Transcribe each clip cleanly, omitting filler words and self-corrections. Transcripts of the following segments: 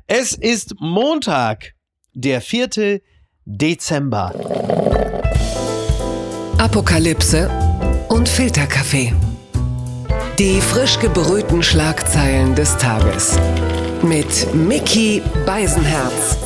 Es ist Montag, der 4. Dezember. Apokalypse und Filterkaffee. Die frisch gebrühten Schlagzeilen des Tages. Mit Micky Beisenherz.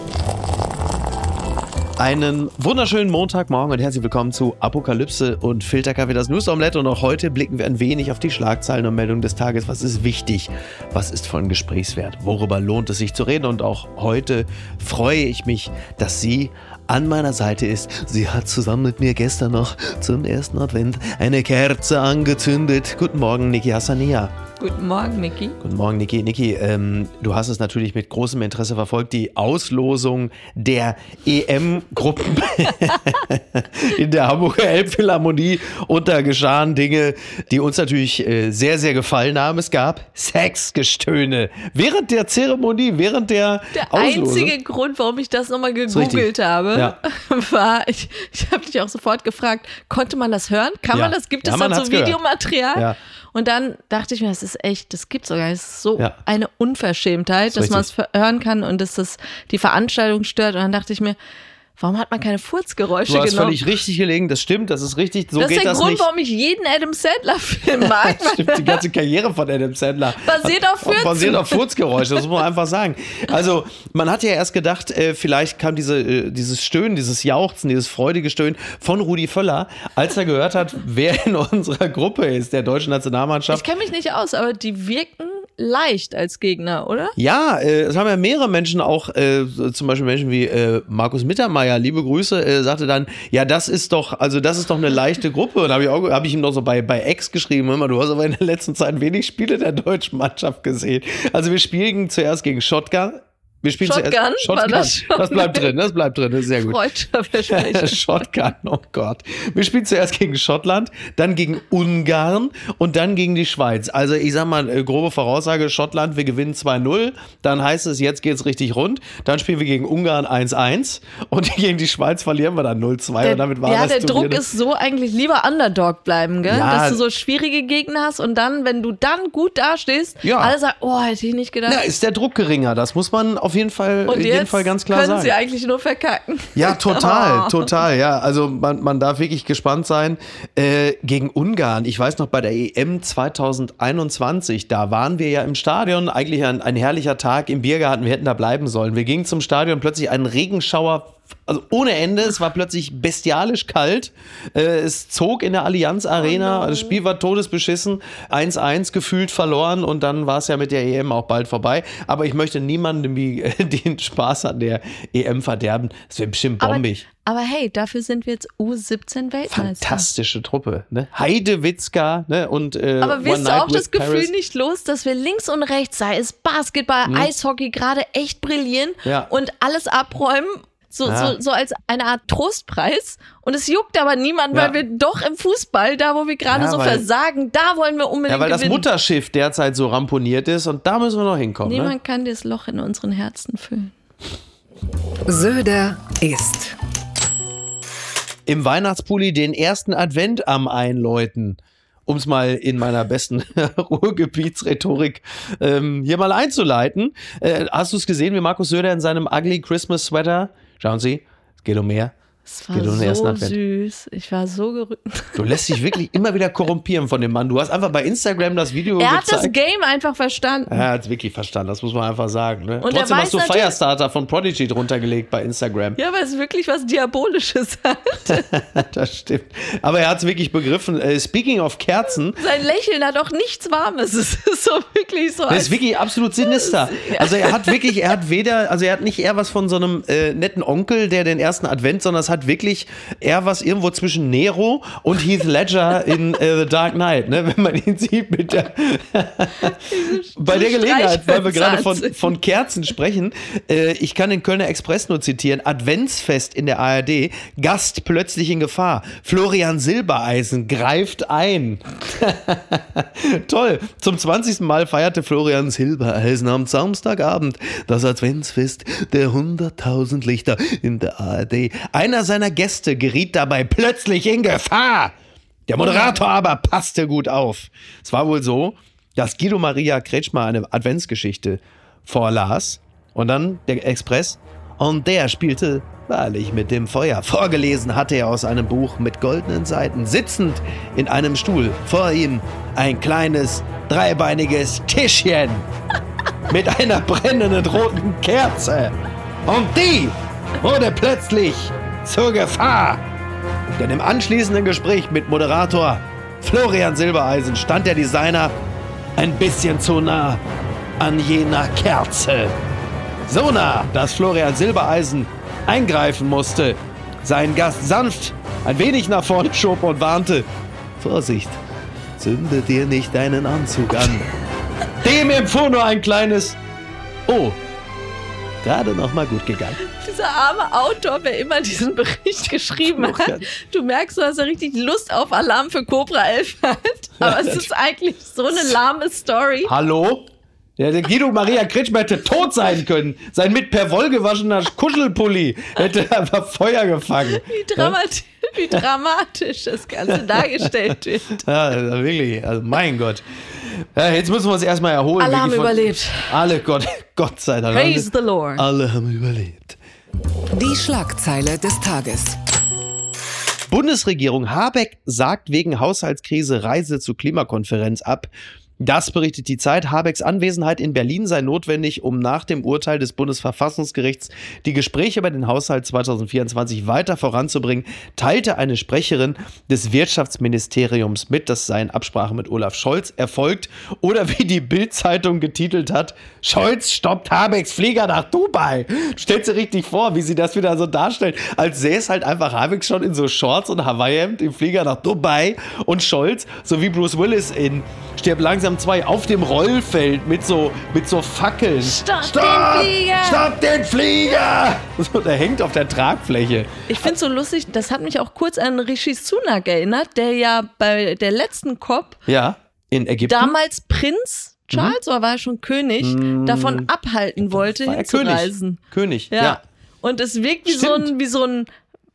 Einen wunderschönen Montagmorgen und herzlich willkommen zu Apokalypse und Filterkaffee, das News Omelette. Und auch heute blicken wir ein wenig auf die Schlagzeilen und Meldungen des Tages. Was ist wichtig? Was ist von Gesprächswert? Worüber lohnt es sich zu reden? Und auch heute freue ich mich, dass sie an meiner Seite ist. Sie hat zusammen mit mir gestern noch zum ersten Advent eine Kerze angezündet. Guten Morgen, Niki Hassania. Guten Morgen, Micky. Guten Morgen, Niki. Niki, du hast es natürlich mit großem Interesse verfolgt, die Auslosung der EM-Gruppen in der Hamburger Elbphilharmonie. Und da geschahen Dinge, die uns natürlich sehr, sehr gefallen haben. Es gab Sexgestöhne während der Zeremonie, während der Auslosung. Der einzige Grund, warum ich das nochmal gegoogelt habe, war, ich habe dich auch sofort gefragt, konnte man das hören? Kann man das? Gibt es dann so Videomaterial? Ja. Und dann dachte ich mir, das ist echt, das gibt's sogar. Das ist so eine Unverschämtheit, dass man es hören kann und dass das die Veranstaltung stört. Und dann dachte ich mir, warum hat man keine Furzgeräusche genommen? Du hast völlig richtig gelegen, das stimmt, das ist richtig. So das geht ist der das Grund, nicht. warum ich jeden Adam Sandler-Film mag. Stimmt, die ganze Karriere von Adam Sandler Basiert auf Furzen. Basiert auf Furzgeräusche, das muss man einfach sagen. Also, man hat ja erst gedacht, vielleicht kam dieses Stöhnen, dieses Jauchzen, dieses freudige Stöhnen von Rudi Völler, als er gehört hat, wer in unserer Gruppe ist, der deutschen Nationalmannschaft. Ich kenne mich nicht aus, aber die wirken leicht als Gegner, oder? Ja, es haben ja mehrere Menschen auch, zum Beispiel Menschen wie Markus Mittermeier, liebe Grüße, sagte dann, ja, das ist doch eine leichte Gruppe. Und hab ich ihm noch so bei X geschrieben, immer, du hast aber in der letzten Zeit wenig Spiele der deutschen Mannschaft gesehen. Also wir spielen zuerst gegen Shotgun. Shotgun. Das bleibt drin, das ist sehr gut. Shotgun, oh Gott. Wir spielen zuerst gegen Schottland, dann gegen Ungarn und dann gegen die Schweiz. Also ich sag mal, grobe Voraussage, Schottland, wir gewinnen 2-0, dann heißt es, jetzt geht's richtig rund. Dann spielen wir gegen Ungarn 1-1 und gegen die Schweiz verlieren wir dann 0-2 und damit war das der Druck ist so eigentlich lieber Underdog bleiben, gell? Ja. Dass du so schwierige Gegner hast und dann, wenn du dann gut dastehst, alle sagen, oh, hätte ich nicht gedacht. Ja, ist der Druck geringer, das muss man auf jeden Fall ganz klar sagen. Können sie eigentlich nur verkacken. Ja, total, ja. Also man darf wirklich gespannt sein. Gegen Ungarn, ich weiß noch, bei der EM 2021, da waren wir ja im Stadion, eigentlich ein herrlicher Tag im Biergarten, wir hätten da bleiben sollen. Wir gingen zum Stadion, plötzlich ein Regenschauer, also ohne Ende, es war plötzlich bestialisch kalt, es zog in der Allianz Arena, das Spiel war todesbeschissen, 1-1 gefühlt verloren und dann war es ja mit der EM auch bald vorbei, aber ich möchte niemandem den Spaß an der EM verderben, das wäre bestimmt bombig. Aber hey, dafür sind wir jetzt U17 Weltmeister. Fantastische Truppe, ne? Heidewitzka, ne? Und aber wirst du auch das Gefühl nicht los, dass wir links und rechts, sei es Basketball, Eishockey, gerade echt brillieren und alles abräumen? So als eine Art Trostpreis. Und es juckt aber niemand, weil wir doch im Fußball, da wo wir gerade versagen, da wollen wir unbedingt gewinnen. Ja, weil das Mutterschiff derzeit so ramponiert ist und da müssen wir noch hinkommen. Niemand kann das Loch in unseren Herzen füllen. Söder ist im Weihnachtspulli den ersten Advent am Einläuten. Um es mal in meiner besten Ruhrgebietsrhetorik hier mal einzuleiten. Hast du es gesehen, wie Markus Söder in seinem Ugly Christmas Sweater? Schauen Sie, es geht um mehr. Es war so süß. Ich war so gerührt. Du lässt dich wirklich immer wieder korrumpieren von dem Mann. Du hast einfach bei Instagram das Video gezeigt. Er hat das Game einfach verstanden. Er hat es wirklich verstanden, das muss man einfach sagen. Ne? Und trotzdem hast du Firestarter von Prodigy drunter gelegt bei Instagram. Ja, weil es wirklich was Diabolisches hat. Das stimmt. Aber er hat es wirklich begriffen. Speaking of Kerzen. Sein Lächeln hat auch nichts Warmes. Es ist so wirklich so. Das ist wirklich absolut sinister. Also er hat nicht eher was von so einem netten Onkel, der den ersten Advent, sondern es hat wirklich eher was irgendwo zwischen Nero und Heath Ledger in The Dark Knight, ne? Wenn man ihn sieht mit der bei der Gelegenheit, weil wir gerade von Kerzen sprechen, ich kann den Kölner Express nur zitieren, Adventsfest in der ARD, Gast plötzlich in Gefahr, Florian Silbereisen greift ein. Toll, zum 20. Mal feierte Florian Silbereisen am Samstagabend das Adventsfest der 100.000 Lichter in der ARD. Einer seiner Gäste geriet dabei plötzlich in Gefahr. Der Moderator aber passte gut auf. Es war wohl so, dass Guido Maria Kretschmer eine Adventsgeschichte vorlas Und dann der Express. Und der spielte wahrlich mit dem Feuer. Vorgelesen hatte er aus einem Buch mit goldenen Seiten. Sitzend in einem Stuhl. Vor ihm ein kleines, dreibeiniges Tischchen. Mit einer brennenden roten Kerze. Und die wurde plötzlich zur Gefahr. Denn im anschließenden Gespräch mit Moderator Florian Silbereisen stand der Designer ein bisschen zu nah an jener Kerze. So nah, dass Florian Silbereisen eingreifen musste, seinen Gast sanft ein wenig nach vorne schob und warnte: Vorsicht, zünde dir nicht deinen Anzug an. Dem empfuhr nur ein kleines Oh. Gerade noch mal gut gegangen. Dieser arme Autor, wer immer diesen Bericht geschrieben hat, du merkst, dass er richtig Lust auf Alarm für Cobra 11 hat. Aber es ist eigentlich so eine lahme Story. Hallo? Ja, der Guido Maria Kretschmer hätte tot sein können. Sein mit Perwoll gewaschener Kuschelpulli hätte einfach Feuer gefangen. Wie dramatisch das Ganze dargestellt wird. Ja, wirklich. Also mein Gott. Ja, jetzt müssen wir uns erstmal erholen. Alle haben überlebt. Alle, Gott sei Dank. Praise the Lord. Alle haben überlebt. Die Schlagzeile des Tages. Bundesregierung Habeck sagt wegen Haushaltskrise Reise zur Klimakonferenz ab. Das berichtet die Zeit. Habecks Anwesenheit in Berlin sei notwendig, um nach dem Urteil des Bundesverfassungsgerichts die Gespräche über den Haushalt 2024 weiter voranzubringen, teilte eine Sprecherin des Wirtschaftsministeriums mit. Das sei in Absprache mit Olaf Scholz erfolgt. Oder wie die Bild-Zeitung getitelt hat: Scholz stoppt Habecks Flieger nach Dubai. Stellt sich richtig vor, wie sie das wieder so darstellen, als sähe es halt einfach Habeck schon in so Shorts und Hawaii-Hemd im Flieger nach Dubai und Scholz, so wie Bruce Willis in Stirb langsam 2 auf dem Rollfeld mit so Fackeln. Stopp den Flieger! Stopp den Flieger! So, der hängt auf der Tragfläche. Ich finde es so lustig, das hat mich auch kurz an Rishi Sunak erinnert, der ja bei der letzten COP in Ägypten damals Prinz Charles, oder war er schon König, davon abhalten wollte, hinzureisen. König, ja. Und es wirkt wie so ein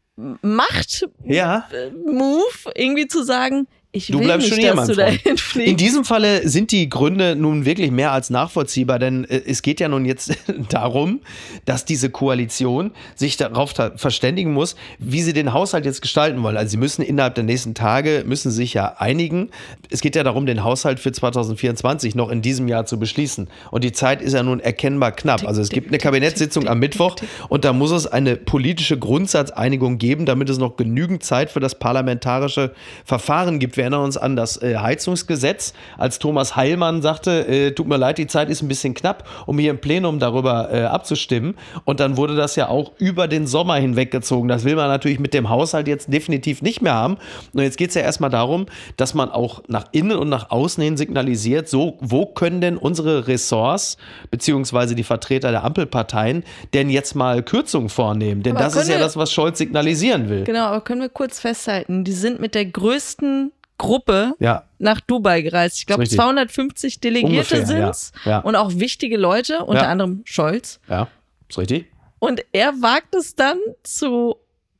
Macht-Move, irgendwie zu sagen, ich will nicht, dass du dahin fliegst. In diesem Falle sind die Gründe nun wirklich mehr als nachvollziehbar, denn es geht ja nun jetzt darum, dass diese Koalition sich darauf verständigen muss, wie sie den Haushalt jetzt gestalten wollen. Also sie müssen innerhalb der nächsten Tage, sich ja einigen. Es geht ja darum, den Haushalt für 2024 noch in diesem Jahr zu beschließen. Und die Zeit ist ja nun erkennbar knapp. Also es gibt eine Kabinettssitzung am Mittwoch und da muss es eine politische Grundsatzeinigung geben, damit es noch genügend Zeit für das parlamentarische Verfahren gibt. Wir erinnern uns an das Heizungsgesetz, als Thomas Heilmann sagte, tut mir leid, die Zeit ist ein bisschen knapp, um hier im Plenum darüber abzustimmen. Und dann wurde das ja auch über den Sommer hinweggezogen. Das will man natürlich mit dem Haushalt jetzt definitiv nicht mehr haben. Und jetzt geht es ja erstmal darum, dass man auch nach innen und nach außen hin signalisiert, so, wo können denn unsere Ressorts, beziehungsweise die Vertreter der Ampelparteien, denn jetzt mal Kürzungen vornehmen? Denn das ist ja das, was Scholz signalisieren will. Genau, aber können wir kurz festhalten, die sind mit der größten Gruppe nach Dubai gereist. Ich glaube, 250 Delegierte sind es und auch wichtige Leute, unter anderem Scholz. Ja, ist richtig. Und er wagt es dann zu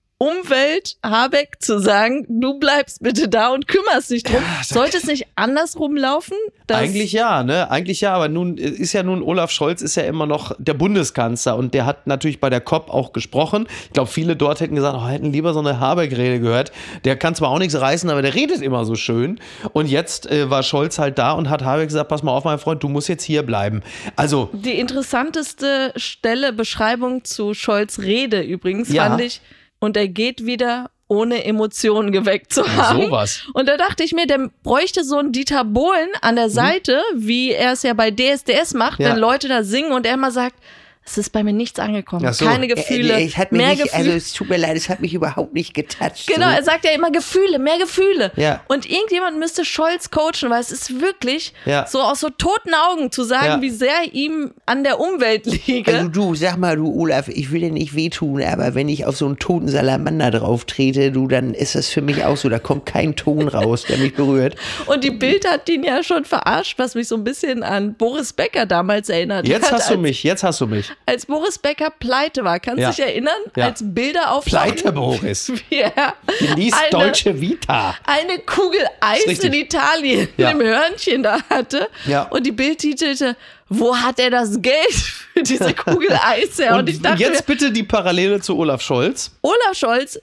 Umwelt Habeck zu sagen, du bleibst bitte da und kümmerst dich drum. Ja, sollte es nicht andersrum laufen? Eigentlich ja, ne? Eigentlich ja, aber nun ist ja Olaf Scholz ist ja immer noch der Bundeskanzler und der hat natürlich bei der COP auch gesprochen. Ich glaube, viele dort hätten gesagt, hätten lieber so eine Habeck-Rede gehört. Der kann zwar auch nichts reißen, aber der redet immer so schön. Und jetzt war Scholz halt da und hat Habeck gesagt, pass mal auf, mein Freund, du musst jetzt hier bleiben. Also die interessanteste Beschreibung zu Scholz' Rede übrigens fand ich, und er geht wieder, ohne Emotionen geweckt zu haben. Sowas. Und da dachte ich mir, der bräuchte so einen Dieter Bohlen an der Seite, wie er es ja bei DSDS macht, wenn Leute da singen und er immer sagt, es ist bei mir nichts angekommen. So. Keine Gefühle, mehr Gefühle. Also es tut mir leid, es hat mich überhaupt nicht getoucht. Genau, so. Er sagt ja immer Gefühle, mehr Gefühle. Ja. Und irgendjemand müsste Scholz coachen, weil es ist wirklich so aus so toten Augen zu sagen, wie sehr ihm an der Umwelt liege. Also du, sag mal, du Olaf, ich will dir nicht wehtun, aber wenn ich auf so einen toten Salamander drauf trete, dann ist das für mich auch so, da kommt kein Ton raus, der mich berührt. Und die Bild hat ihn ja schon verarscht, was mich so ein bisschen an Boris Becker damals erinnert hat. Jetzt hast du mich. als Boris Becker pleite war, kannst du dich erinnern? Ja. Als Bilder auf Pleite Boris. Genießt deutsche Vita. Eine Kugel Eis in Italien mit dem Hörnchen da hatte. Ja. Und die Bild titelte, wo hat er das Geld für diese Kugel Eis her? Und ich dachte jetzt bitte die Parallele zu Olaf Scholz. Olaf Scholz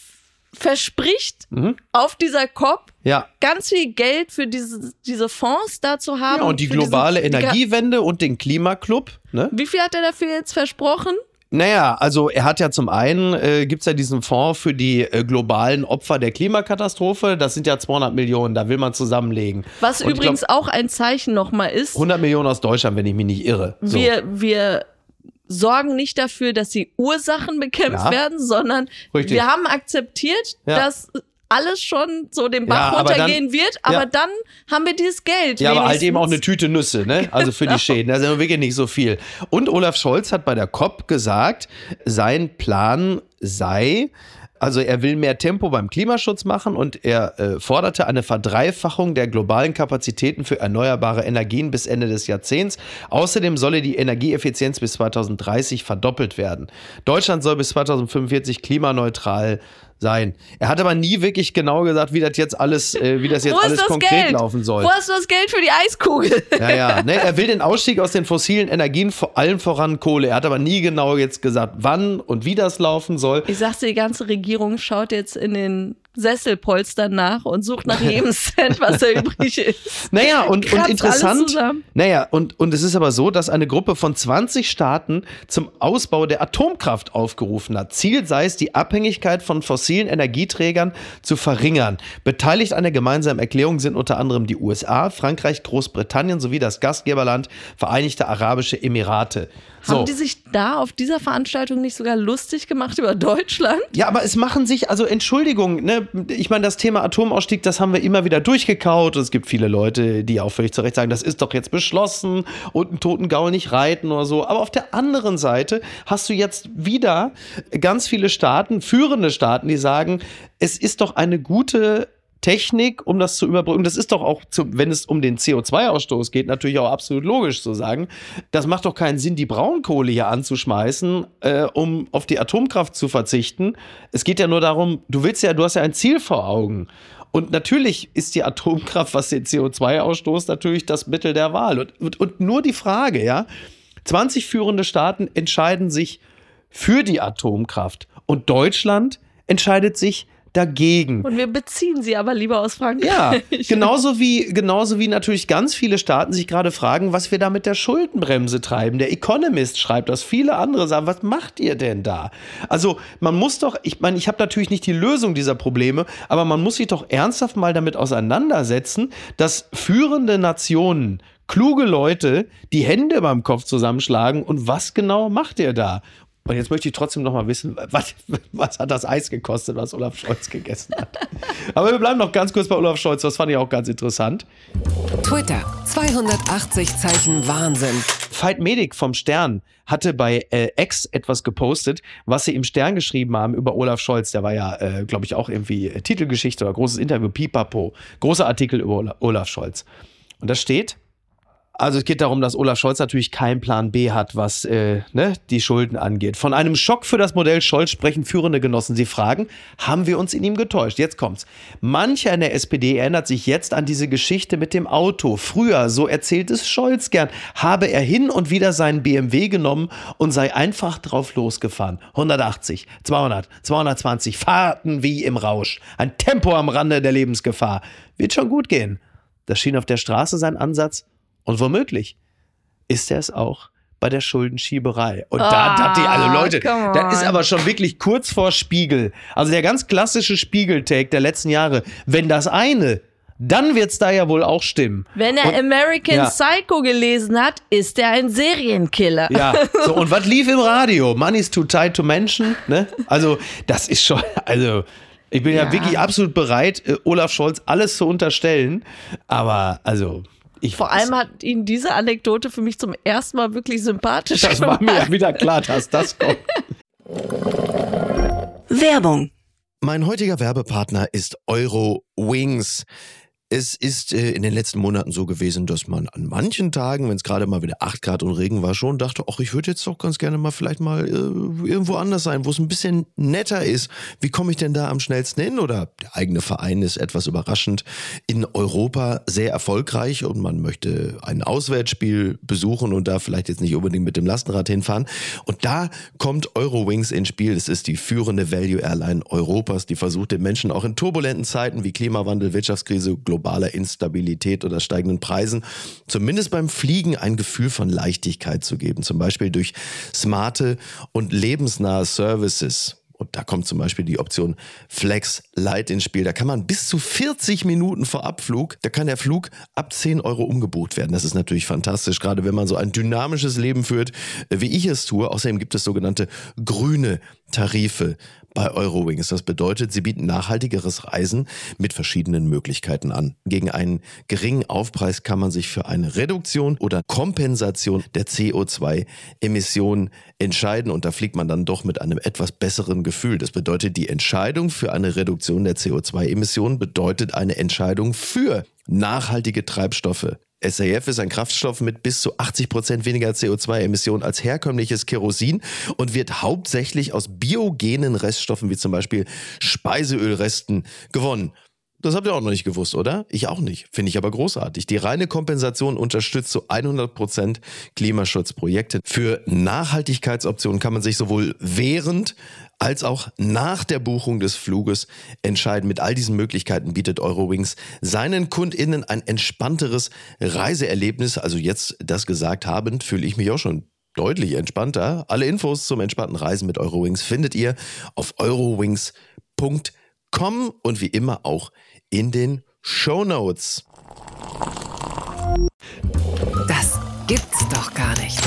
verspricht auf dieser COP ganz viel Geld für diese Fonds da zu haben. Ja, und die globale Energiewende und den Klimaclub. Ne? Wie viel hat er dafür jetzt versprochen? Naja, also er hat ja zum einen, gibt es ja diesen Fonds für die globalen Opfer der Klimakatastrophe. Das sind ja 200 Millionen, da will man zusammenlegen. Was und übrigens auch ein Zeichen nochmal ist. 100 Millionen aus Deutschland, wenn ich mich nicht irre. So. Wir sorgen nicht dafür, dass die Ursachen bekämpft werden, sondern wir haben akzeptiert, dass alles schon so den Bach runtergehen wird, aber dann haben wir dieses Geld. Ja, aber halt eben auch eine Tüte Nüsse, ne? Also für die Schäden. Das ist wirklich nicht so viel. Und Olaf Scholz hat bei der COP gesagt, sein Plan sei, also er will mehr Tempo beim Klimaschutz machen und er forderte eine Verdreifachung der globalen Kapazitäten für erneuerbare Energien bis Ende des Jahrzehnts. Außerdem solle die Energieeffizienz bis 2030 verdoppelt werden. Deutschland soll bis 2045 klimaneutral sein. Er hat aber nie wirklich genau gesagt, wie das jetzt alles konkret laufen soll. Wo hast du das Geld für die Eiskugel? Ja. Ne, er will den Ausstieg aus den fossilen Energien, vor allem voran Kohle. Er hat aber nie genau jetzt gesagt, wann und wie das laufen soll. Ich sagte, die ganze Regierung schaut jetzt in den Sesselpolstern nach und sucht nach jedem Cent, was da übrig ist. Naja, und interessant. Naja, und es ist aber so, dass eine Gruppe von 20 Staaten zum Ausbau der Atomkraft aufgerufen hat. Ziel sei es, die Abhängigkeit von fossilen Energieträgern zu verringern. Beteiligt an der gemeinsamen Erklärung sind unter anderem die USA, Frankreich, Großbritannien sowie das Gastgeberland Vereinigte Arabische Emirate. So. Haben die sich da auf dieser Veranstaltung nicht sogar lustig gemacht über Deutschland? Ja, aber es machen sich, also Entschuldigung, ne, ich meine, das Thema Atomausstieg, das haben wir immer wieder durchgekaut und es gibt viele Leute, die auch völlig zu Recht sagen, das ist doch jetzt beschlossen und einen toten Gaul nicht reiten oder so. Aber auf der anderen Seite hast du jetzt wieder ganz viele Staaten, führende Staaten, die sagen, es ist doch eine gute Technik, um das zu überbrücken. Das ist doch auch, wenn es um den CO2-Ausstoß geht, natürlich auch absolut logisch zu sagen. Das macht doch keinen Sinn, die Braunkohle hier anzuschmeißen, um auf die Atomkraft zu verzichten. Es geht ja nur darum, du hast ja ein Ziel vor Augen. Und natürlich ist die Atomkraft, was den CO2-Ausstoß, natürlich das Mittel der Wahl. Und nur die Frage, 20 führende Staaten entscheiden sich für die Atomkraft. Und Deutschland entscheidet sich dagegen. Und wir beziehen sie aber lieber aus Frankreich. Ja, genauso wie natürlich ganz viele Staaten sich gerade fragen, was wir da mit der Schuldenbremse treiben. Der Economist schreibt das, viele andere sagen, was macht ihr denn da? Also man muss doch, ich meine, ich habe natürlich nicht die Lösung dieser Probleme, aber man muss sich doch ernsthaft mal damit auseinandersetzen, dass führende Nationen, kluge Leute die Hände beim Kopf zusammenschlagen und was genau macht ihr da? Und jetzt möchte ich trotzdem noch mal wissen, was hat das Eis gekostet, was Olaf Scholz gegessen hat. Aber wir bleiben noch ganz kurz bei Olaf Scholz, das fand ich auch ganz interessant. Twitter, 280 Zeichen Wahnsinn. Veit Medik vom Stern hatte bei X etwas gepostet, was sie im Stern geschrieben haben über Olaf Scholz. Der war ja, glaube ich, auch irgendwie Titelgeschichte oder großes Interview, Pipapo. Großer Artikel über Olaf Scholz. Und da steht: Also es geht darum, dass Olaf Scholz natürlich keinen Plan B hat, was die Schulden angeht. Von einem Schock für das Modell Scholz sprechen führende Genossen. Sie fragen, haben wir uns in ihm getäuscht? Jetzt kommt's. Mancher in der SPD erinnert sich jetzt an diese Geschichte mit dem Auto. Früher, so erzählt es Scholz gern, habe er hin und wieder seinen BMW genommen und sei einfach drauf losgefahren. 180, 200, 220, Fahrten wie im Rausch. Ein Tempo am Rande der Lebensgefahr. Wird schon gut gehen. Das schien auf der Straße sein Ansatz. Und womöglich ist er es auch bei der Schuldenschieberei. Und da dachte ich, also Leute, das ist aber schon wirklich kurz vor Spiegel. Also der ganz klassische Spiegel-Take der letzten Jahre. Wenn das eine, dann wird's da ja wohl auch stimmen. Wenn er American Psycho gelesen hat, ist er ein Serienkiller. Ja, so, und was lief im Radio? Money's too tight to mention, ne? Also, das ist schon, ich bin ja wirklich absolut bereit, Olaf Scholz alles zu unterstellen. Aber, vor allem hat ihn diese Anekdote für mich zum ersten Mal wirklich sympathisch gemacht. Das war mir ja wieder klar, dass das kommt. Werbung. Mein heutiger Werbepartner ist Eurowings. Es ist in den letzten Monaten so gewesen, dass man an manchen Tagen, wenn es gerade mal wieder 8 Grad und Regen war, schon dachte, ach, ich würde jetzt doch ganz gerne mal vielleicht mal irgendwo anders sein, wo es ein bisschen netter ist. Wie komme ich denn da am schnellsten hin? Oder der eigene Verein ist etwas überraschend in Europa sehr erfolgreich und man möchte ein Auswärtsspiel besuchen und da vielleicht jetzt nicht unbedingt mit dem Lastenrad hinfahren. Und da kommt Eurowings ins Spiel. Das ist die führende Value Airline Europas, die versucht den Menschen auch in turbulenten Zeiten wie Klimawandel, Wirtschaftskrise, globaler Instabilität oder steigenden Preisen zumindest beim Fliegen ein Gefühl von Leichtigkeit zu geben. Zum Beispiel durch smarte und lebensnahe Services. Und da kommt zum Beispiel die Option Flex Light ins Spiel. Da kann man bis zu 40 Minuten vor Abflug, da kann der Flug ab 10 € umgebucht werden. Das ist natürlich fantastisch, gerade wenn man so ein dynamisches Leben führt, wie ich es tue. Außerdem gibt es sogenannte grüne Tarife bei Eurowings. Das bedeutet, sie bieten nachhaltigeres Reisen mit verschiedenen Möglichkeiten an. Gegen einen geringen Aufpreis kann man sich für eine Reduktion oder Kompensation der CO2-Emissionen entscheiden und da fliegt man dann doch mit einem etwas besseren Gefühl. Das bedeutet, die Entscheidung für eine Reduktion der CO2-Emissionen bedeutet eine Entscheidung für nachhaltige Treibstoffe. SAF ist ein Kraftstoff mit bis zu 80% weniger CO2-Emissionen als herkömmliches Kerosin und wird hauptsächlich aus biogenen Reststoffen wie zum Beispiel Speiseölresten gewonnen. Das habt ihr auch noch nicht gewusst, oder? Ich auch nicht. Finde ich aber großartig. Die reine Kompensation unterstützt zu 100% Klimaschutzprojekte. Für Nachhaltigkeitsoptionen kann man sich sowohl während als auch nach der Buchung des Fluges entscheiden. Mit all diesen Möglichkeiten bietet Eurowings seinen KundInnen ein entspannteres Reiseerlebnis. Also jetzt das gesagt habend, fühle ich mich auch schon deutlich entspannter. Alle Infos zum entspannten Reisen mit Eurowings findet ihr auf eurowings.com und wie immer auch in den Shownotes. Das gibt's doch gar nicht.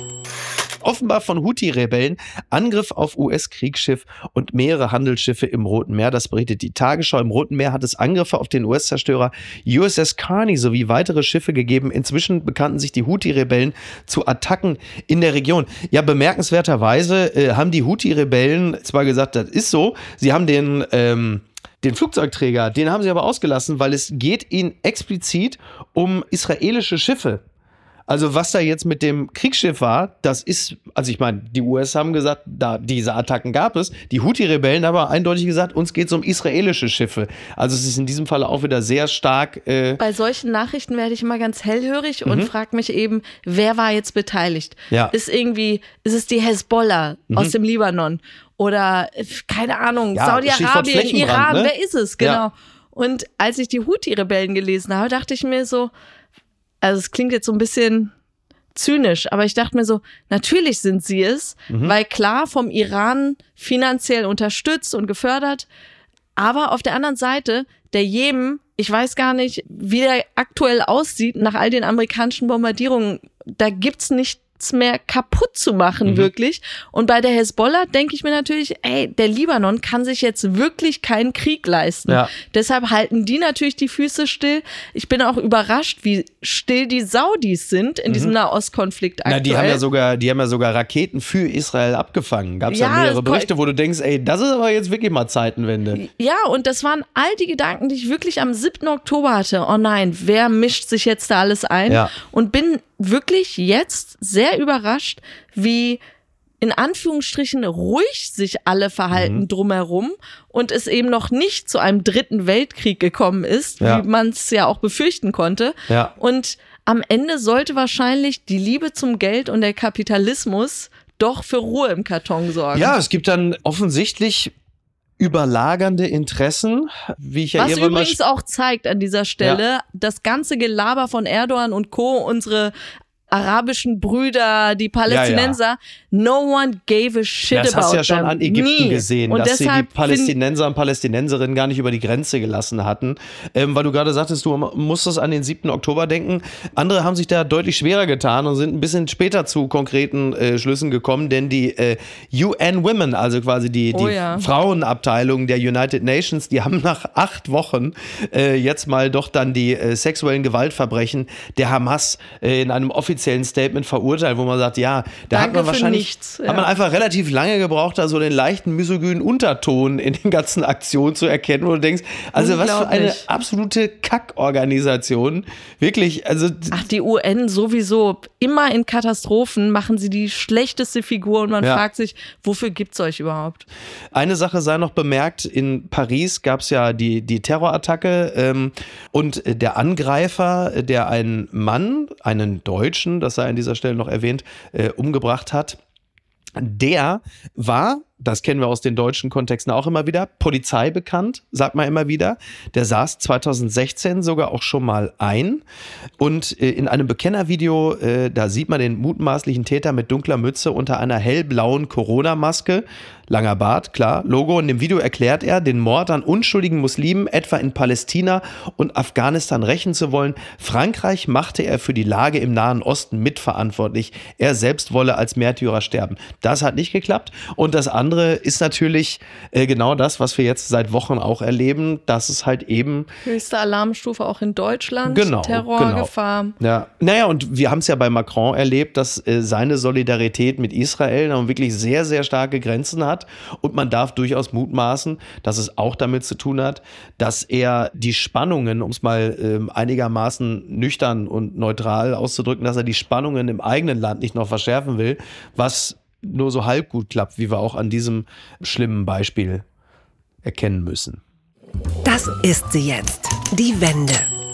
Offenbar von Houthi-Rebellen, Angriff auf US-Kriegsschiff und mehrere Handelsschiffe im Roten Meer. Das berichtet die Tagesschau. Im Roten Meer hat es Angriffe auf den US-Zerstörer USS Carney sowie weitere Schiffe gegeben. Inzwischen bekannten sich die Houthi-Rebellen zu Attacken in der Region. Ja, bemerkenswerterweise haben die Houthi-Rebellen zwar gesagt, das ist so, sie haben den Flugzeugträger, den haben sie aber ausgelassen, weil es geht ihnen explizit um israelische Schiffe. Also was da jetzt mit dem Kriegsschiff war, das ist, also ich meine, die US haben gesagt, da diese Attacken gab es. Die Houthi-Rebellen haben aber eindeutig gesagt, uns geht es um israelische Schiffe. Also es ist in diesem Fall auch wieder sehr stark. Bei solchen Nachrichten werde ich immer ganz hellhörig und frage mich eben, wer war jetzt beteiligt? Ja. Ist es die Hezbollah aus dem Libanon? Oder, keine Ahnung, Ja, Saudi-Arabien, Iran, ne? wer ist es? Genau. Ja. Und als ich die Houthi-Rebellen gelesen habe, dachte ich mir so, also es klingt jetzt so ein bisschen zynisch, aber ich dachte mir so, natürlich sind sie es, weil klar vom Iran finanziell unterstützt und gefördert, aber auf der anderen Seite, der Jemen, ich weiß gar nicht, wie der aktuell aussieht nach all den amerikanischen Bombardierungen, da gibt's nichts mehr kaputt zu machen, wirklich. Und bei der Hezbollah denke ich mir natürlich, der Libanon kann sich jetzt wirklich keinen Krieg leisten. Ja. Deshalb halten die natürlich die Füße still. Ich bin auch überrascht, wie still die Saudis sind in diesem Nahostkonflikt aktuell. Na, die haben ja sogar Raketen für Israel abgefangen. Gab es ja mehrere Berichte, wo du denkst, das ist aber jetzt wirklich mal Zeitenwende. Ja, und das waren all die Gedanken, die ich wirklich am 7. Oktober hatte. Oh nein, wer mischt sich jetzt da alles ein? Ja. Und bin wirklich jetzt sehr überrascht, wie in Anführungsstrichen ruhig sich alle verhalten drumherum und es eben noch nicht zu einem 3. Weltkrieg gekommen ist, wie man es ja auch befürchten konnte. Ja. Und am Ende sollte wahrscheinlich die Liebe zum Geld und der Kapitalismus doch für Ruhe im Karton sorgen. Ja, es gibt dann offensichtlich überlagernde Interessen, wie ich ja Was irgendwann übrigens auch zeigt an dieser Stelle, das ganze Gelaber von Erdogan und Co., unsere arabischen Brüder, die Palästinenser, no one gave a shit about them. Das hast du ja schon an Ägypten gesehen, und dass sie die Palästinenser und Palästinenserinnen gar nicht über die Grenze gelassen hatten. Weil du gerade sagtest, du musstest an den 7. Oktober denken. Andere haben sich da deutlich schwerer getan und sind ein bisschen später zu konkreten Schlüssen gekommen, denn die UN Women, also quasi die Frauenabteilung der United Nations, die haben nach 8 Wochen jetzt mal doch dann die sexuellen Gewaltverbrechen der Hamas in einem offiziellen offiziellen Statement verurteilt, wo man sagt, ja, da Danke hat man wahrscheinlich, hat man einfach relativ lange gebraucht, da so den leichten misogynen Unterton in den ganzen Aktionen zu erkennen, wo du denkst, also was für eine absolute Kackorganisation. Wirklich, also. Ach, die UN sowieso, immer in Katastrophen machen sie die schlechteste Figur und man fragt sich, wofür gibt's euch überhaupt? Eine Sache sei noch bemerkt, in Paris gab es ja die Terrorattacke und der Angreifer, der einen Mann, einen Deutschen, das sei an dieser Stelle noch erwähnt, umgebracht hat, der war, das kennen wir aus den deutschen Kontexten auch immer wieder, Polizei bekannt, sagt man immer wieder. Der saß 2016 sogar auch schon mal ein. Und in einem Bekennervideo, da sieht man den mutmaßlichen Täter mit dunkler Mütze unter einer hellblauen Corona-Maske. Langer Bart, klar, Logo. In dem Video erklärt er, den Mord an unschuldigen Muslimen etwa in Palästina und Afghanistan rächen zu wollen. Frankreich machte er für die Lage im Nahen Osten mitverantwortlich. Er selbst wolle als Märtyrer sterben. Das hat nicht geklappt. Und das andere ist natürlich genau das, was wir jetzt seit Wochen auch erleben, dass es halt eben höchste Alarmstufe auch in Deutschland, Terrorgefahr. Genau. Ja. Naja, und wir haben es ja bei Macron erlebt, dass seine Solidarität mit Israel wirklich sehr, sehr starke Grenzen hat. Und man darf durchaus mutmaßen, dass es auch damit zu tun hat, dass er die Spannungen, um es mal einigermaßen nüchtern und neutral auszudrücken, dass er die Spannungen im eigenen Land nicht noch verschärfen will, was nur so halb gut klappt, wie wir auch an diesem schlimmen Beispiel erkennen müssen. Das ist sie jetzt, die Wende.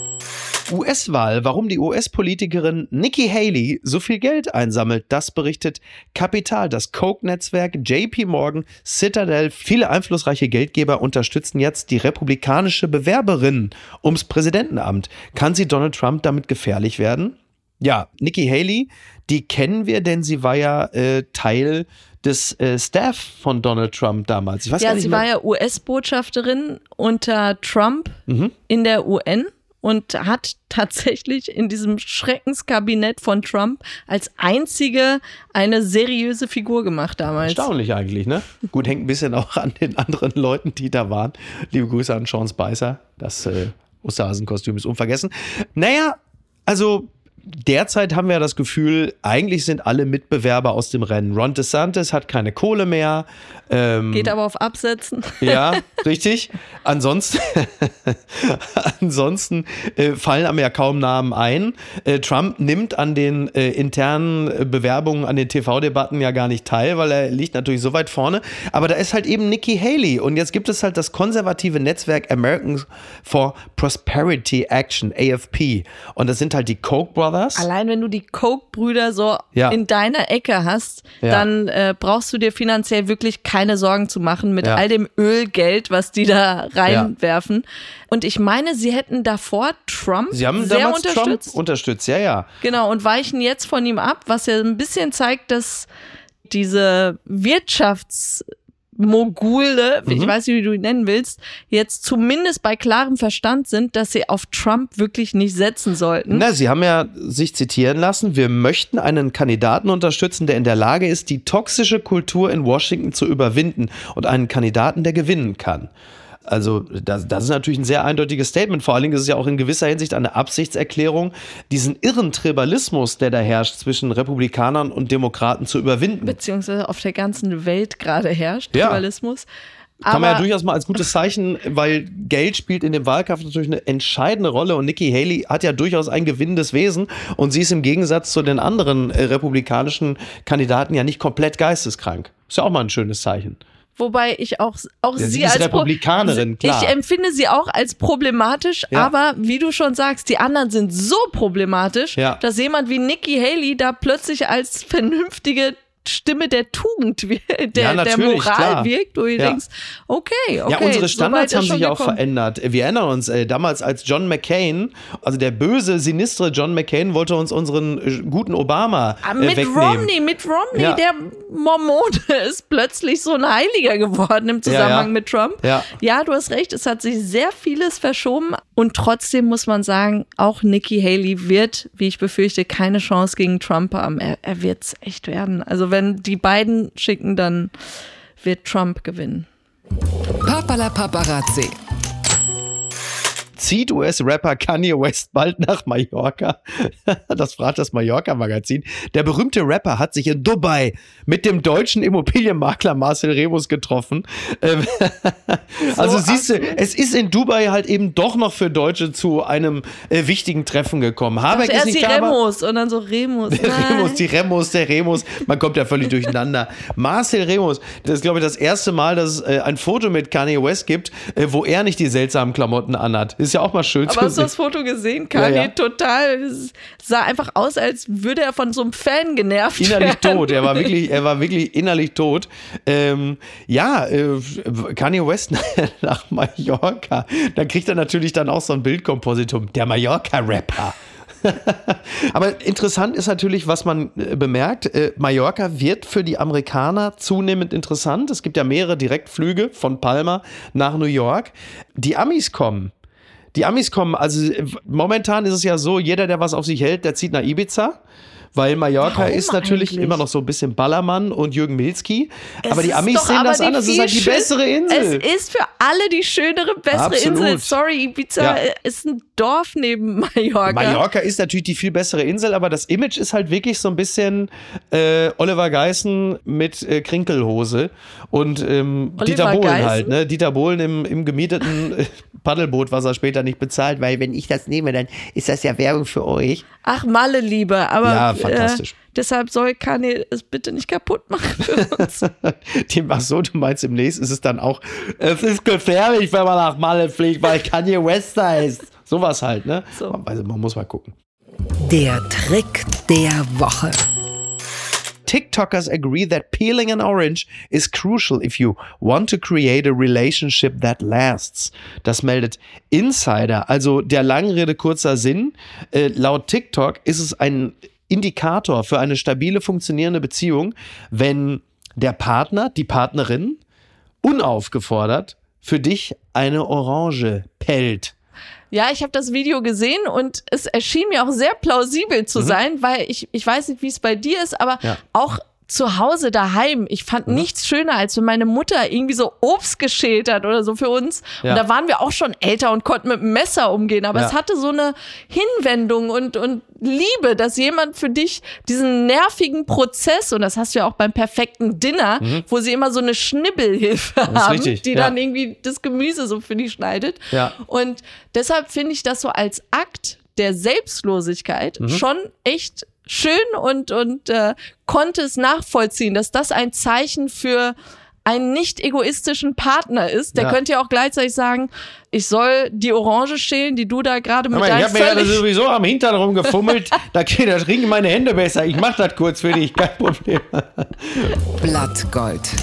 US-Wahl, warum die US-Politikerin Nikki Haley so viel Geld einsammelt, das berichtet Kapital. Das Koch-Netzwerk, JP Morgan, Citadel, viele einflussreiche Geldgeber unterstützen jetzt die republikanische Bewerberin ums Präsidentenamt. Kann sie Donald Trump damit gefährlich werden? Ja, Nikki Haley, die kennen wir, denn sie war ja Teil des Staff von Donald Trump damals. Ich weiß gar nicht sie mehr. War ja US-Botschafterin unter Trump in der UN. Und hat tatsächlich in diesem Schreckenskabinett von Trump als einzige eine seriöse Figur gemacht damals. Erstaunlich eigentlich, ne? Gut, hängt ein bisschen auch an den anderen Leuten, die da waren. Liebe Grüße an Sean Spicer. Das Osterhasenkostüm ist unvergessen. Naja, also derzeit haben wir das Gefühl, eigentlich sind alle Mitbewerber aus dem Rennen. Ron DeSantis hat keine Kohle mehr. Geht aber auf Absetzen. Ja, richtig. Ansonsten fallen einem ja kaum Namen ein. Trump nimmt an den internen Bewerbungen, an den TV-Debatten ja gar nicht teil, weil er liegt natürlich so weit vorne. Aber da ist halt eben Nikki Haley. Und jetzt gibt es halt das konservative Netzwerk Americans for Prosperity Action, AFP. Und das sind halt die Koch brothers. Allein wenn du die Koch-Brüder so in deiner Ecke hast, dann brauchst du dir finanziell wirklich keine Sorgen zu machen mit all dem Ölgeld, was die da reinwerfen. Und ich meine, sie hätten davor Trump sehr unterstützt. Trump unterstützt, ja. Genau, und weichen jetzt von ihm ab, was ja ein bisschen zeigt, dass diese Wirtschaftsmogule, ich weiß nicht, wie du ihn nennen willst, jetzt zumindest bei klarem Verstand sind, dass sie auf Trump wirklich nicht setzen sollten. Na, sie haben ja sich zitieren lassen, wir möchten einen Kandidaten unterstützen, der in der Lage ist, die toxische Kultur in Washington zu überwinden und einen Kandidaten, der gewinnen kann. Also das ist natürlich ein sehr eindeutiges Statement. Vor allen Dingen ist es ja auch in gewisser Hinsicht eine Absichtserklärung, diesen irren Tribalismus, der da herrscht zwischen Republikanern und Demokraten zu überwinden. Beziehungsweise auf der ganzen Welt gerade herrscht, Tribalismus. Kann man ja durchaus mal als gutes Zeichen, weil Geld spielt in dem Wahlkampf natürlich eine entscheidende Rolle und Nikki Haley hat ja durchaus ein gewinnendes Wesen und sie ist im Gegensatz zu den anderen republikanischen Kandidaten ja nicht komplett geisteskrank. Ist ja auch mal ein schönes Zeichen. Wobei ich auch sie ist als Republikanerin, klar. Ich empfinde sie auch als problematisch, aber wie du schon sagst, die anderen sind so problematisch, dass jemand wie Nikki Haley da plötzlich als vernünftige Stimme der Tugend, der Moral wirkt, wo du denkst, okay. Ja, unsere Standards haben sich ja auch verändert. Wir erinnern uns, damals als John McCain, also der böse, sinistre John McCain wollte uns unseren guten Obama wegnehmen. Mitt Romney, der Mormone ist plötzlich so ein Heiliger geworden im Zusammenhang mit Trump. Ja, du hast recht, es hat sich sehr vieles verschoben und trotzdem muss man sagen, auch Nikki Haley wird, wie ich befürchte, keine Chance gegen Trump haben. Er wird es echt werden. Also wenn die beiden schicken, dann wird Trump gewinnen. Papala Paparazzi. Zieht US-Rapper Kanye West bald nach Mallorca? Das fragt das Mallorca-Magazin. Der berühmte Rapper hat sich in Dubai mit dem deutschen Immobilienmakler Marcel Remus getroffen. Also siehst du, es ist in Dubai halt eben doch noch für Deutsche zu einem wichtigen Treffen gekommen. Habeck ist nicht die Remus und dann so Remus. Der Remus. Man kommt ja völlig durcheinander. Marcel Remus, das ist, glaube ich, das erste Mal, dass es ein Foto mit Kanye West gibt, wo er nicht die seltsamen Klamotten anhat. Ist ja auch mal schön zu sehen. Aber hast du das Foto gesehen? Kanye total, das sah einfach aus, als würde er von so einem Fan genervt werden. Innerlich tot. Er war wirklich innerlich tot. Kanye West nach Mallorca. Dann kriegt er natürlich dann auch so ein Bildkompositum. Der Mallorca-Rapper. Aber interessant ist natürlich, was man bemerkt, Mallorca wird für die Amerikaner zunehmend interessant. Es gibt ja mehrere Direktflüge von Palma nach New York. Die Amis kommen, also momentan ist es ja so, jeder, der was auf sich hält, der zieht nach Ibiza. Weil Mallorca ist natürlich immer noch so ein bisschen Ballermann und Jürgen Milzki. Aber die Amis sehen das anders. Es ist halt die bessere Insel. Es ist für alle die schönere, bessere Insel. Sorry, Ibiza ist ein Dorf neben Mallorca. Mallorca ist natürlich die viel bessere Insel, aber das Image ist halt wirklich so ein bisschen Oliver Geißen mit Krinkelhose und Dieter Bohlen halt. Ne? Dieter Bohlen im gemieteten Paddelboot, was er später nicht bezahlt, weil wenn ich das nehme, dann ist das ja Werbung für euch. Ach, Malle, Liebe, aber ja, fantastisch. Deshalb soll Kanye es bitte nicht kaputt machen für uns. Ach so, du meinst, im nächsten ist es dann auch, es ist gefährlich, wenn man nach Malle fliegt, weil Kanye West da ist. Sowas halt, ne? So. Also man muss mal gucken. Der Trick der Woche. TikTokers agree that peeling an orange is crucial if you want to create a relationship that lasts. Das meldet Insider. Also der langen Rede kurzer Sinn. Laut TikTok ist es ein Indikator für eine stabile, funktionierende Beziehung, wenn der Partner, die Partnerin, unaufgefordert für dich eine Orange pellt. Ja, ich habe das Video gesehen und es erschien mir auch sehr plausibel zu sein, weil ich weiß nicht, wie es bei dir ist, aber auch zu Hause daheim, ich fand nichts schöner, als wenn meine Mutter irgendwie so Obst geschält hat oder so für uns. Ja. Und da waren wir auch schon älter und konnten mit dem Messer umgehen. Aber es hatte so eine Hinwendung und Liebe, dass jemand für dich diesen nervigen Prozess, und das hast du ja auch beim perfekten Dinner, wo sie immer so eine Schnibbelhilfe haben, die dann irgendwie das Gemüse so für dich schneidet. Ja. Und deshalb finde ich das so als Akt der Selbstlosigkeit schon echt schön und konnte es nachvollziehen, dass das ein Zeichen für einen nicht egoistischen Partner ist. Der könnte ja auch gleichzeitig sagen, ich soll die Orange schälen, die du da gerade mit deinem Ich habe mir ja sowieso am Hintern rumgefummelt, da trinken meine Hände besser. Ich mache das kurz für dich, kein Problem. Blattgold.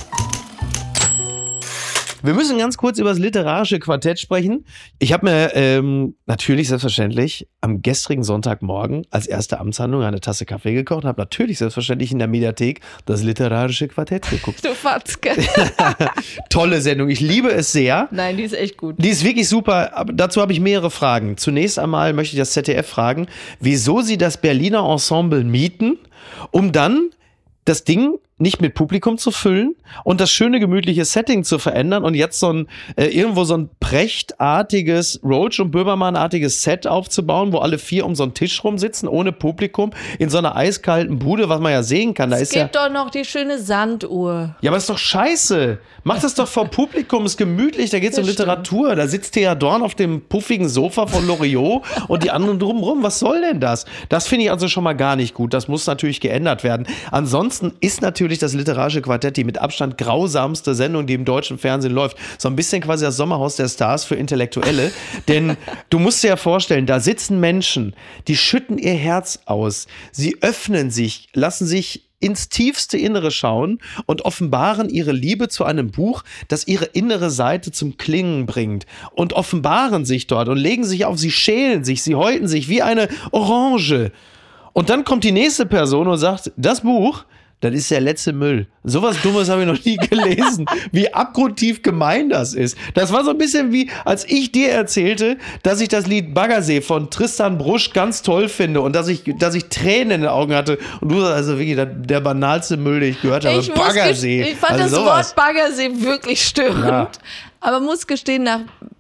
Wir müssen ganz kurz über das literarische Quartett sprechen. Ich habe mir natürlich selbstverständlich am gestrigen Sonntagmorgen als erste Amtshandlung eine Tasse Kaffee gekocht und habe natürlich selbstverständlich in der Mediathek das literarische Quartett geguckt. Du Fatzke. Tolle Sendung, ich liebe es sehr. Nein, die ist echt gut. Die ist wirklich super, aber dazu habe ich mehrere Fragen. Zunächst einmal möchte ich das ZDF fragen, wieso sie das Berliner Ensemble mieten, um dann das Ding nicht mit Publikum zu füllen und das schöne, gemütliche Setting zu verändern und jetzt irgendwo so ein prächtartiges, Roach- und Böhmermann-artiges Set aufzubauen, wo alle 4 um so einen Tisch rumsitzen, ohne Publikum, in so einer eiskalten Bude, was man ja sehen kann. Es gibt doch noch die schöne Sanduhr. Ja, aber ist doch scheiße. Mach das doch vor Publikum, ist gemütlich, da geht's um Literatur. Da sitzt Thea Dorn auf dem puffigen Sofa von Loriot und die anderen drumherum. Was soll denn das? Das finde ich also schon mal gar nicht gut. Das muss natürlich geändert werden. Ansonsten ist natürlich das literarische Quartett die mit Abstand grausamste Sendung, die im deutschen Fernsehen läuft. So ein bisschen quasi das Sommerhaus der Stars für Intellektuelle. Denn du musst dir ja vorstellen, da sitzen Menschen, die schütten ihr Herz aus. Sie öffnen sich, lassen sich ins tiefste Innere schauen und offenbaren ihre Liebe zu einem Buch, das ihre innere Seite zum Klingen bringt. Und offenbaren sich dort und legen sich auf, sie schälen sich, sie häuten sich wie eine Orange. Und dann kommt die nächste Person und sagt, das Buch, das ist der letzte Müll. Sowas Dummes habe ich noch nie gelesen. Wie abgrundtief gemein das ist. Das war so ein bisschen wie, als ich dir erzählte, dass ich das Lied Baggersee von Tristan Brusch ganz toll finde und dass ich Tränen in den Augen hatte. Und du sagst also wirklich der banalste Müll, den ich gehört habe. Baggersee. Ich fand das Wort Baggersee wirklich störend. Ja. Aber muss gestehen, nach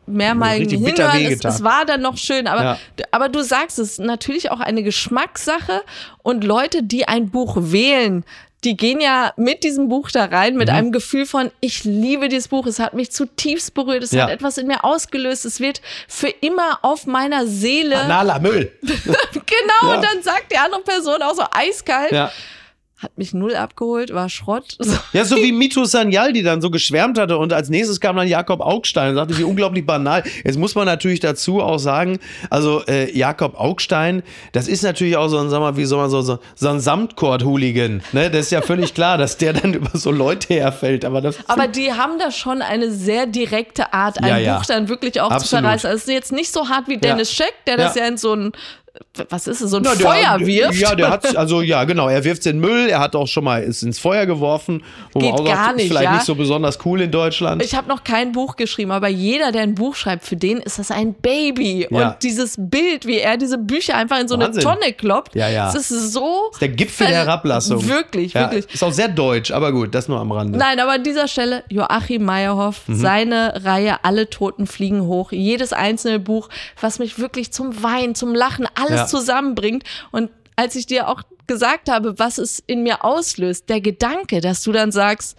mehrmaligen Hinhören. Es war dann noch schön, aber du sagst es, natürlich auch eine Geschmackssache und Leute, die ein Buch wählen, die gehen ja mit diesem Buch da rein, mit einem Gefühl von, ich liebe dieses Buch, es hat mich zutiefst berührt, es hat etwas in mir ausgelöst, es wird für immer auf meiner Seele. Banaler Müll. Genau, und dann sagt die andere Person auch so eiskalt, hat mich null abgeholt, war Schrott. Ja, so wie Mito Sanyal, die dann so geschwärmt hatte und als nächstes kam dann Jakob Augstein und sagte, wie unglaublich banal. Jetzt muss man natürlich dazu auch sagen, also Jakob Augstein, das ist natürlich auch so ein, sag mal, wie soll man so ein Samtkord-Hooligan. Ne? Das ist ja völlig klar, dass der dann über so Leute herfällt. Aber die haben da schon eine sehr direkte Art, ein Buch dann wirklich auch zu verreißen. Also es ist jetzt nicht so hart wie Dennis Scheck, der das ja in so ein was ist es, so ein Feuer wirft? Ja, der hat, also ja, genau, er wirft es in den Müll, er hat auch schon mal ist ins Feuer geworfen. Wo Geht man auch gar sagt, nicht, vielleicht nicht so besonders cool in Deutschland. Ich habe noch kein Buch geschrieben, aber jeder, der ein Buch schreibt, für den ist das ein Baby. Ja. Und dieses Bild, wie er diese Bücher einfach in so eine Tonne kloppt, das ist so... Das ist der Gipfel der Herablassung. Wirklich, wirklich. Ist auch sehr deutsch, aber gut, das nur am Rande. Nein, aber an dieser Stelle, Joachim Meyerhoff, seine Reihe Alle Toten fliegen hoch, jedes einzelne Buch, was mich wirklich zum Weinen, zum Lachen, alles zusammenbringt. Und als ich dir auch gesagt habe, was es in mir auslöst, der Gedanke, dass du dann sagst,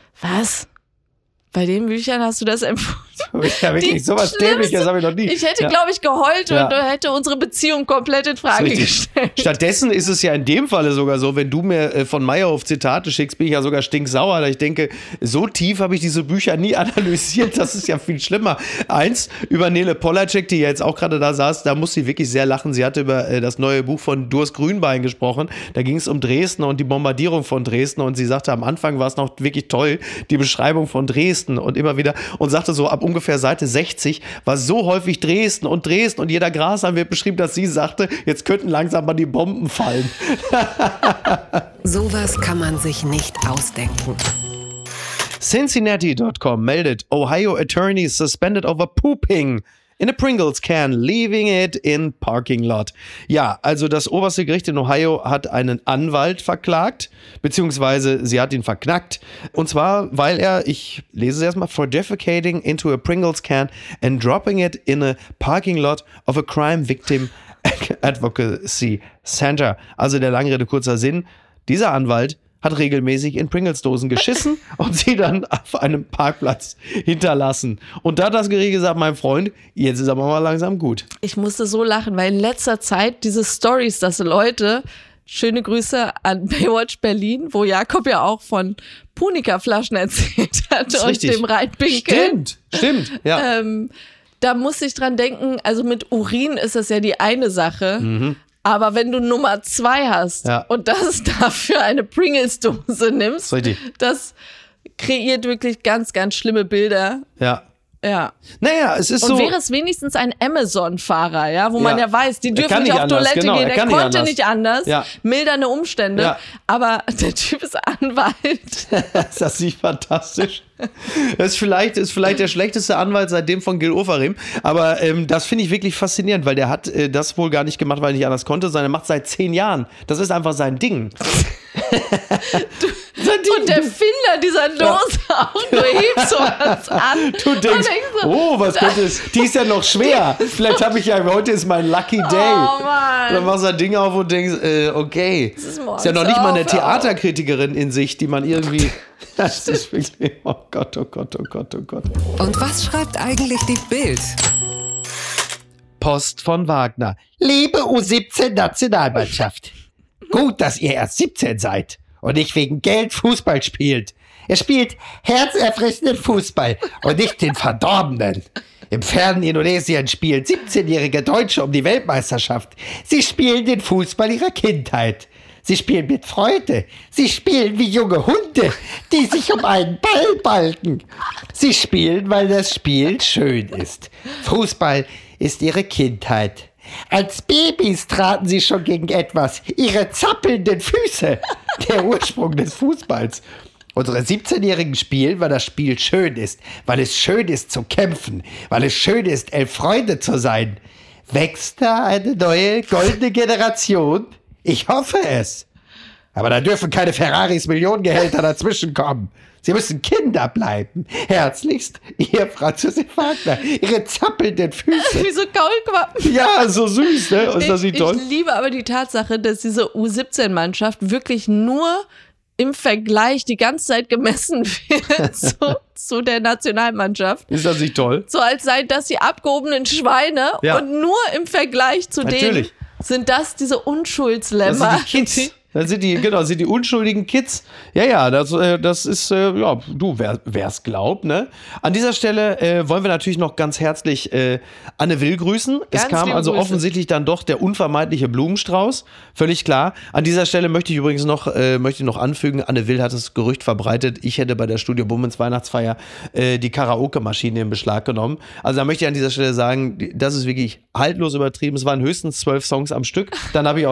was? Bei den Büchern hast du das empfunden? Ja, wirklich, sowas Dämliches habe ich noch nie. Ich hätte, glaube ich, geheult und hätte unsere Beziehung komplett in Frage gestellt. Stattdessen ist es ja in dem Falle sogar so, wenn du mir von Meyerhoff Zitate schickst, bin ich ja sogar stinksauer, da ich denke, so tief habe ich diese Bücher nie analysiert, das ist ja viel schlimmer. Eins, über Nele Polacek, die jetzt auch gerade da saß, da muss sie wirklich sehr lachen. Sie hatte über das neue Buch von Durst Grünbein gesprochen, da ging es um Dresden und die Bombardierung von Dresden und sie sagte, am Anfang war es noch wirklich toll, die Beschreibung von Dresden und immer wieder und sagte so, ab ungefähr Seite 60 war so häufig Dresden und jeder Grashahn wird beschrieben, dass sie sagte, jetzt könnten langsam mal die Bomben fallen. Sowas kann man sich nicht ausdenken. Cincinnati.com meldet, Ohio attorneys suspended over pooping in a Pringles can, leaving it in parking lot. Ja, also das oberste Gericht in Ohio hat einen Anwalt verklagt, beziehungsweise sie hat ihn verknackt. Und zwar, weil er, ich lese es erstmal, for defecating into a Pringles can and dropping it in a parking lot of a crime victim advocacy center. Also der lange Rede, kurzer Sinn, dieser Anwalt hat regelmäßig in Pringles-Dosen geschissen und sie dann auf einem Parkplatz hinterlassen. Und da hat das Gericht gesagt, mein Freund, jetzt ist aber mal langsam gut. Ich musste so lachen, weil in letzter Zeit diese Storys, dass Leute, schöne Grüße an Baywatch Berlin, wo Jakob ja auch von Punika-Flaschen erzählt hat und richtig. Dem Reinpinkeln. Stimmt, ja. Da musste ich dran denken, also mit Urin ist das ja die eine Sache, aber wenn du Nummer 2 hast und das dafür eine Pringles-Dose nimmst, das kreiert wirklich ganz, ganz schlimme Bilder. Ja. Ja. Naja, es ist so. Und wäre es wenigstens ein Amazon-Fahrer, ja, wo man ja weiß, die dürfen nicht auf Toilette gehen, er konnte nicht anders, mildernde Umstände, aber der Typ ist Anwalt. Ist das nicht fantastisch? Das ist vielleicht der schlechteste Anwalt seitdem von Gil Ofarim, aber das finde ich wirklich faszinierend, weil der hat das wohl gar nicht gemacht, weil er nicht anders konnte, sondern er macht seit 10 Jahren. Das ist einfach sein Ding. Und der Finder dieser Dose auch, du hebst sowas an. Du denkst, so, was könnte es? Die ist ja noch schwer. Vielleicht habe ich ja, heute ist mein Lucky Day. Oh Mann. Dann machst du ein Ding auf und denkst, okay. Ist ja noch nicht mal eine Theaterkritikerin in sich, die man irgendwie... Das ist wirklich, oh Gott, oh Gott, oh Gott, oh Gott. Und was schreibt eigentlich die Bild? Post von Wagner. Liebe U17-Nationalmannschaft, gut, dass ihr erst 17 seid und nicht wegen Geld Fußball spielt. Ihr spielt herzerfrischenden Fußball und nicht den verdorbenen. Im fernen Indonesien spielen 17-jährige Deutsche um die Weltmeisterschaft. Sie spielen den Fußball ihrer Kindheit. Sie spielen mit Freude. Sie spielen wie junge Hunde, die sich um einen Ball balgen. Sie spielen, weil das Spiel schön ist. Fußball ist ihre Kindheit. Als Babys traten sie schon gegen etwas, ihre zappelnden Füße, der Ursprung des Fußballs. Unsere 17-Jährigen spielen, weil das Spiel schön ist, weil es schön ist zu kämpfen, weil es schön ist, 11 Freunde zu sein. Wächst da eine neue goldene Generation? Ich hoffe es. Aber da dürfen keine Ferraris Millionengehälter dazwischen kommen. Sie müssen Kinder bleiben. Herzlichst, Ihr Franz Josef Wagner. Ihre zappelnden Füße. Wie so Kaulquappen. Ja, so süß, ne? Und das sieht toll. Ich liebe aber die Tatsache, dass diese U17-Mannschaft wirklich nur im Vergleich die ganze Zeit gemessen wird zu der Nationalmannschaft. Ist das nicht toll? So als seien das die abgehobenen Schweine und nur im Vergleich zu denen sind das diese Unschuldslämmer. Das sind die Kids. Das sind die unschuldigen Kids. Ja, das ist, wer's glaubt, ne? An dieser Stelle wollen wir natürlich noch ganz herzlich Anne Will grüßen. Es kam also offensichtlich dann doch der unvermeidliche Blumenstrauß, völlig klar. An dieser Stelle möchte ich übrigens noch anfügen, Anne Will hat das Gerücht verbreitet, ich hätte bei der Studio Bummens Weihnachtsfeier die Karaoke-Maschine in Beschlag genommen. Also da möchte ich an dieser Stelle sagen, das ist wirklich haltlos übertrieben. Es waren höchstens 12 Songs am Stück. Dann habe ich auch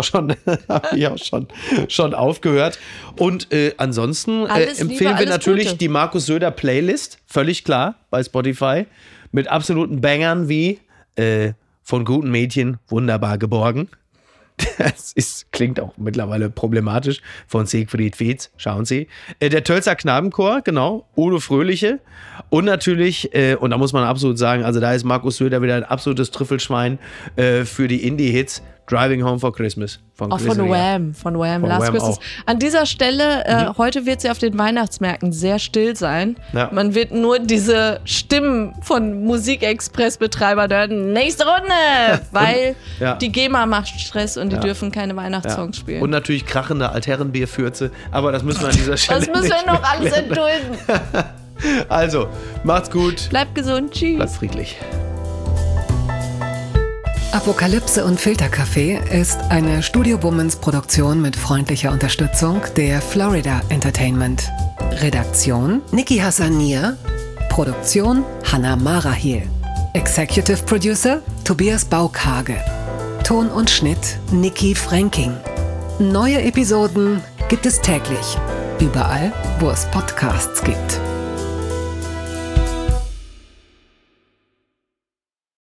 schon aufgehört. Und ansonsten empfehlen wir natürlich Gute. Die Markus Söder Playlist, völlig klar, bei Spotify, mit absoluten Bangern wie von guten Mädchen wunderbar geborgen. Das klingt auch mittlerweile problematisch, von Siegfried Fietz, schauen Sie. Der Tölzer Knabenchor, genau, Udo Fröhliche. Und natürlich, und da muss man absolut sagen, also da ist Markus Söder wieder ein absolutes Trüffelschwein für die Indie-Hits. Driving Home for Christmas. Von Wham. Last Christmas. An dieser Stelle, heute wird es ja auf den Weihnachtsmärkten sehr still sein. Ja. Man wird nur diese Stimmen von Musikexpress-Betreibern hören. Nächste Runde! Weil die GEMA macht Stress und die dürfen keine Weihnachtssongs spielen. Und natürlich krachende Altherrenbierfürze. Aber das müssen wir an dieser Stelle das müssen wir noch alles erdulden. Also, macht's gut. Bleibt gesund. Tschüss. Bleibt friedlich. Apokalypse und Filterkaffee ist eine Studio Bummens Produktion mit freundlicher Unterstützung der Florida Entertainment. Redaktion Niki Hassanier. Produktion Hanna Marahiel. Executive Producer Tobias Baukage. Ton und Schnitt Niki Fränking. Neue Episoden gibt es täglich. Überall, wo es Podcasts gibt.